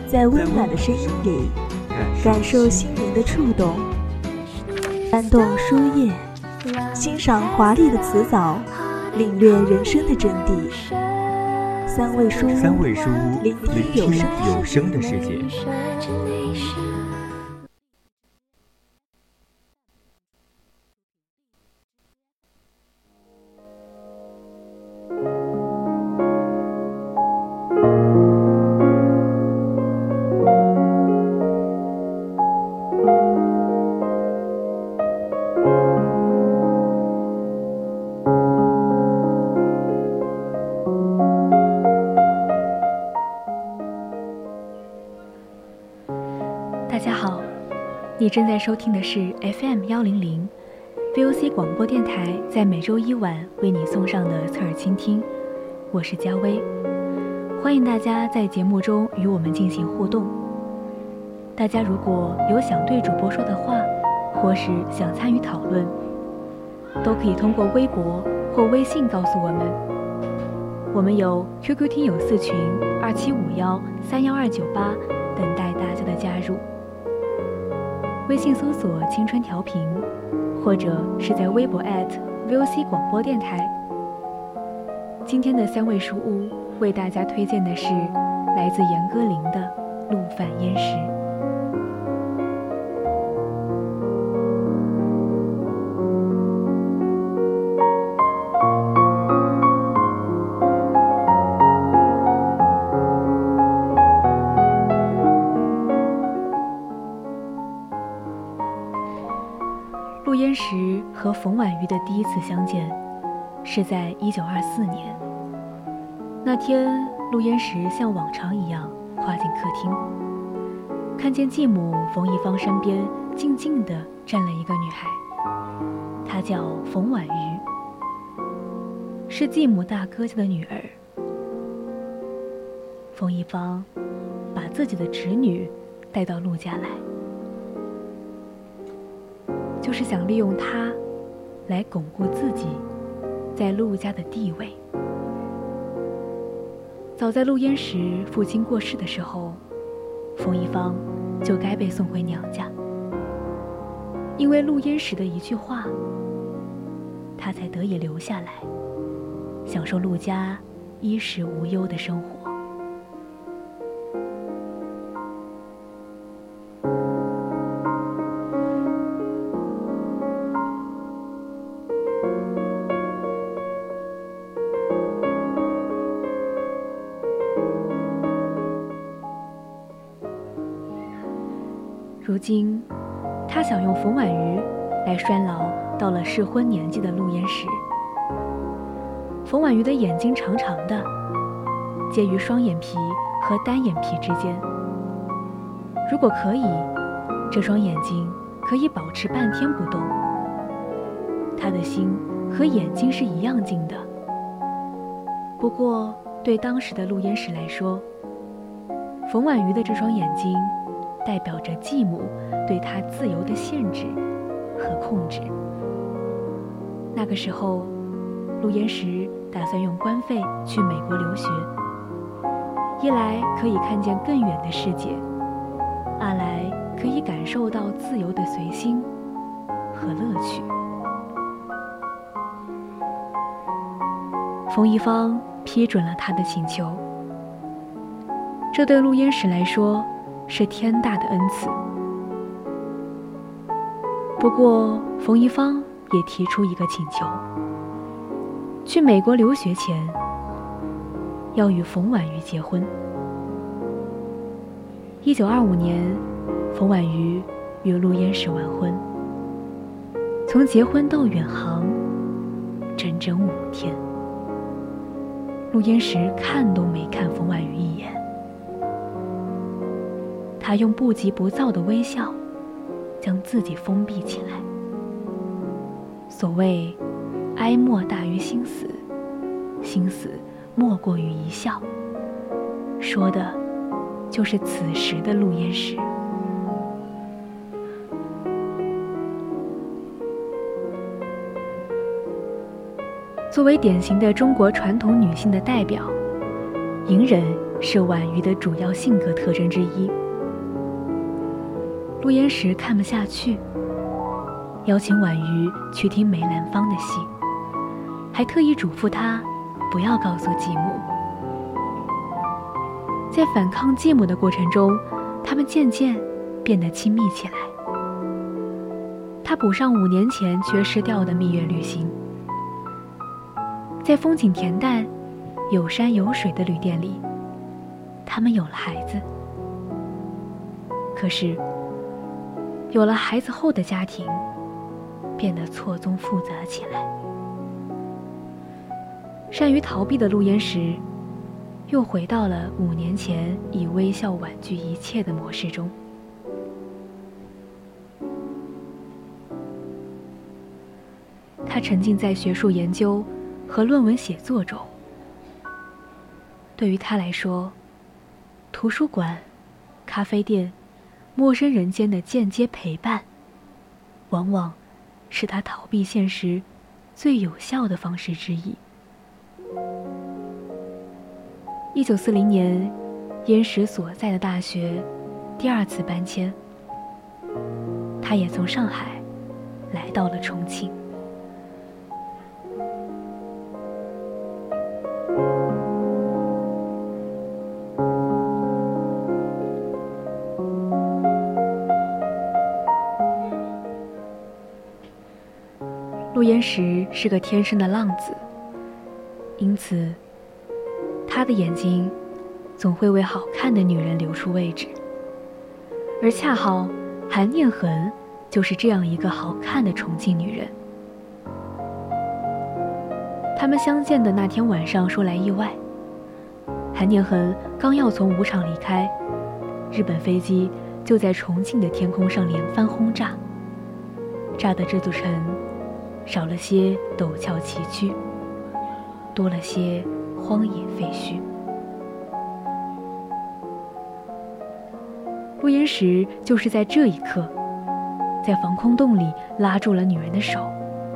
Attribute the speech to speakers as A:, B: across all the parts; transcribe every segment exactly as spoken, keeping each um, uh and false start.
A: 在温暖的声音里感受心灵的触动，翻动书页，欣赏华丽的词藻，领略人生的真谛。三味书屋，
B: 三味书屋，
A: 聆听有声
B: 有声的世界。
C: 大家好，你正在收听的是 F M 一零零 V O C 广播电台，在每周一晚为你送上的侧耳倾听，我是佳薇，欢迎大家在节目中与我们进行互动。大家如果有想对主播说的话，或是想参与讨论，都可以通过微博或微信告诉我们。我们有 Q Q 听友四群二七五幺三幺二九八，等待大家的加入。微信搜索青春调频，或者是在微博 at V O C 广播电台。今天的三味书屋为大家推荐的是来自严歌苓的《陆犯焉识》。陆焉识和冯婉瑜的第一次相见是在一九二四年。那天，陆焉识像往常一样跨进客厅，看见继母冯一芳身边静静地站了一个女孩，她叫冯婉瑜，是继母大哥家的女儿。冯一芳把自己的侄女带到陆家来，就是想利用她来巩固自己在陆家的地位。早在陆焉识父亲过世的时候，冯一芳就该被送回娘家，因为陆焉识的一句话，她才得以留下来，享受陆家衣食无忧的生活。如今，他想用冯婉瑜来拴牢到了适婚年纪的陆焉识。冯婉瑜的眼睛长长的，介于双眼皮和单眼皮之间。如果可以，这双眼睛可以保持半天不动。他的心和眼睛是一样静的。不过，对当时的陆焉识来说，冯婉瑜的这双眼睛代表着继母对他自由的限制和控制。那个时候，陆焉识打算用官费去美国留学，一来可以看见更远的世界，二来可以感受到自由的随心和乐趣。冯一芳批准了他的请求，这对陆焉识来说是天大的恩赐。不过，冯一芳也提出一个请求：去美国留学前，要与冯婉瑜结婚。一九二五年，冯婉瑜与陆焉识完婚，从结婚到远航，整整五天。陆焉识看都没看冯婉瑜一眼。他用不急不躁的微笑将自己封闭起来。所谓哀莫大于心死，心死莫过于一笑，说的就是此时的陆焉识。作为典型的中国传统女性的代表，隐忍是婉瑜的主要性格特征之一。陆焉识看不下去，邀请婉瑜去听梅兰芳的戏，还特意嘱咐她不要告诉继母。在反抗继母的过程中，他们渐渐变得亲密起来。他补上五年前缺失掉的蜜月旅行，在风景恬淡、有山有水的旅店里，他们有了孩子。可是，有了孩子后的家庭变得错综复杂起来。善于逃避的陆焉识又回到了五年前以微笑婉拒一切的模式中。他沉浸在学术研究和论文写作中。对于他来说，图书馆、咖啡店、陌生人间的间接陪伴，往往是他逃避现实最有效的方式之一。一九四零年，焉识所在的大学第二次搬迁，他也从上海来到了重庆。陆焉识是个天生的浪子，因此他的眼睛总会为好看的女人留出位置，而恰好韩念恒就是这样一个好看的重庆女人。他们相见的那天晚上说来意外，韩念恒刚要从武场离开，日本飞机就在重庆的天空上连番轰炸，炸的这座城少了些陡峭崎岖，多了些荒野废墟。陆焉识就是在这一刻，在防空洞里拉住了女人的手。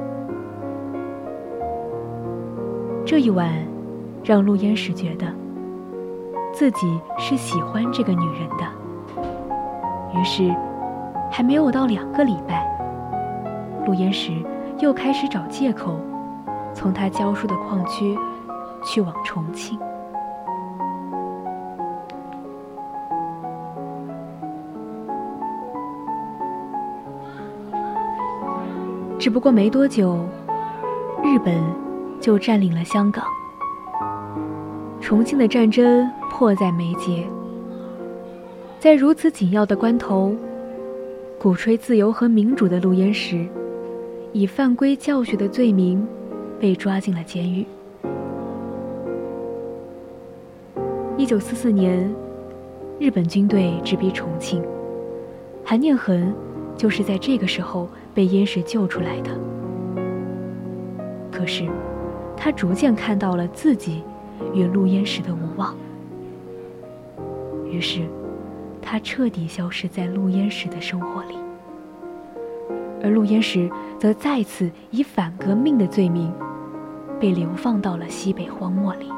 C: 这一晚让陆焉识觉得自己是喜欢这个女人的，于是还没有到两个礼拜，陆焉识又开始找借口从他教书的矿区去往重庆。只不过没多久，日本就占领了香港，重庆的战争迫在眉睫。在如此紧要的关头，鼓吹自由和民主的陆焉识以犯规教学的罪名被抓进了监狱。一九四四年，日本军队直逼重庆，韩念恒就是在这个时候被焉识救出来的。可是他逐渐看到了自己与陆焉识的无望，于是他彻底消失在陆焉识的生活里，而陆焉识则再次以反革命的罪名被流放到了西北荒漠里。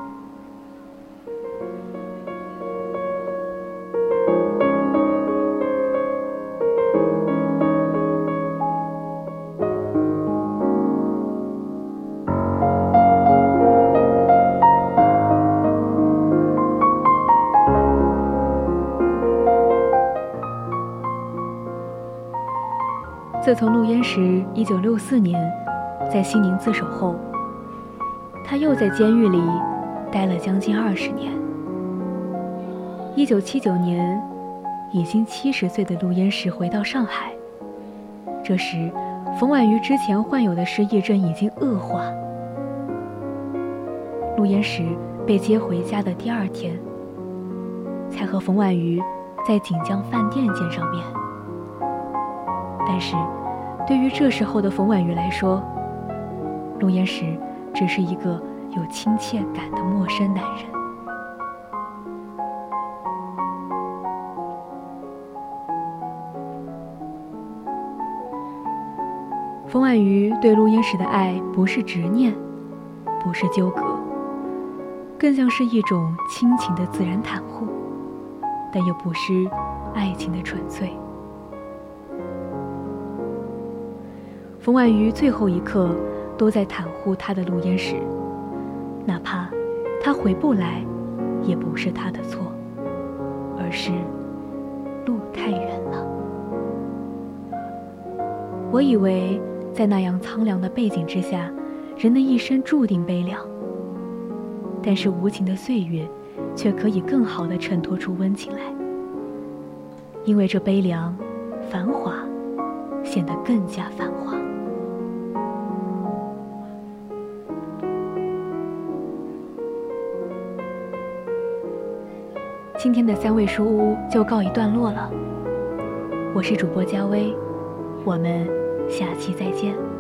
C: 自从陆焉识一九六四年在西宁自首后，他又在监狱里待了将近二十年。一九七九年，已经七十岁的陆焉识回到上海，这时冯婉瑜之前患有的失忆症已经恶化。陆焉识被接回家的第二天，才和冯婉瑜在锦江饭店见上面。但是对于这时候的冯婉瑜来说，陆焉识只是一个有亲切感的陌生男人。冯婉瑜对陆焉识的爱不是执念，不是纠葛， 更像是一种亲情的自然袒护，但又不失爱情的纯粹。冯婉瑜最后一刻都在袒护他的陆焉识，哪怕他回不来，也不是他的错，而是路太远了。我以为在那样苍凉的背景之下，人的一生注定悲凉，但是无情的岁月却可以更好地衬托出温情来，因为这悲凉繁华显得更加繁华。今天的三味书屋就告一段落了，我是主播佳薇，我们下期再见。